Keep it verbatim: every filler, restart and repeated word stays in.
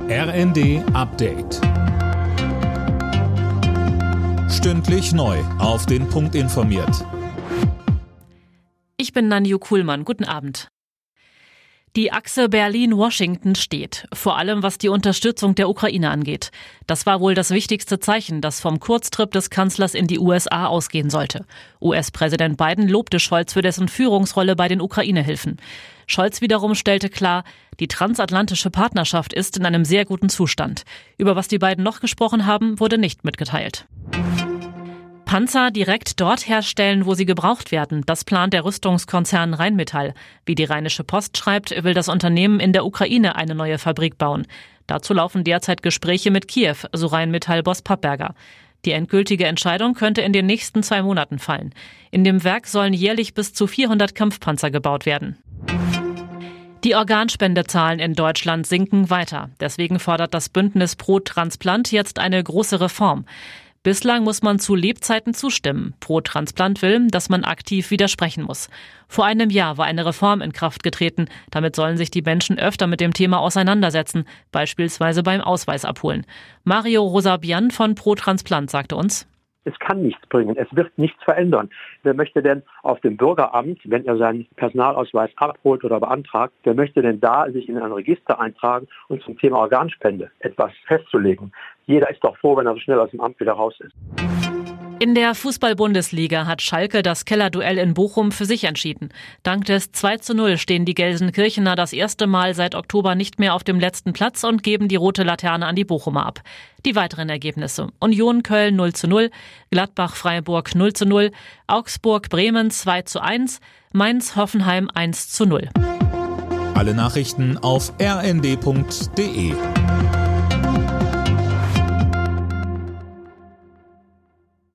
R N D Update. Stündlich neu auf den Punkt informiert. Ich bin Nanju Kuhlmann. Guten Abend. Die Achse Berlin-Washington steht, vor allem was die Unterstützung der Ukraine angeht. Das war wohl das wichtigste Zeichen, das vom Kurztrip des Kanzlers in die U S A ausgehen sollte. U S-Präsident Biden lobte Scholz für dessen Führungsrolle bei den Ukraine-Hilfen. Scholz wiederum stellte klar, die transatlantische Partnerschaft ist in einem sehr guten Zustand. Über was die beiden noch gesprochen haben, wurde nicht mitgeteilt. Panzer direkt dort herstellen, wo sie gebraucht werden. Das plant der Rüstungskonzern Rheinmetall. Wie die Rheinische Post schreibt, will das Unternehmen in der Ukraine eine neue Fabrik bauen. Dazu laufen derzeit Gespräche mit Kiew, so Rheinmetall-Boss Pappberger. Die endgültige Entscheidung könnte in den nächsten zwei Monaten fallen. In dem Werk sollen jährlich bis zu vierhundert Kampfpanzer gebaut werden. Die Organspendezahlen in Deutschland sinken weiter. Deswegen fordert das Bündnis Pro Transplant jetzt eine große Reform. Bislang muss man zu Lebzeiten zustimmen. Pro Transplant will, dass man aktiv widersprechen muss. Vor einem Jahr war eine Reform in Kraft getreten. Damit sollen sich die Menschen öfter mit dem Thema auseinandersetzen, beispielsweise beim Ausweis abholen. Mario Rosabian von Pro Transplant sagte uns: Es kann nichts bringen, es wird nichts verändern. Wer möchte denn auf dem Bürgeramt, wenn er seinen Personalausweis abholt oder beantragt, wer möchte denn da sich in ein Register eintragen und zum Thema Organspende etwas festzulegen? Jeder ist doch froh, wenn er so schnell aus dem Amt wieder raus ist. In der Fußball-Bundesliga hat Schalke das Kellerduell in Bochum für sich entschieden. Dank des zwei zu null stehen die Gelsenkirchener das erste Mal seit Oktober nicht mehr auf dem letzten Platz und geben die rote Laterne an die Bochumer ab. Die weiteren Ergebnisse: Union Köln null zu null, Gladbach-Freiburg null zu null, Augsburg-Bremen zwei zu eins, Mainz-Hoffenheim eins zu null. Alle Nachrichten auf r n d punkt d e.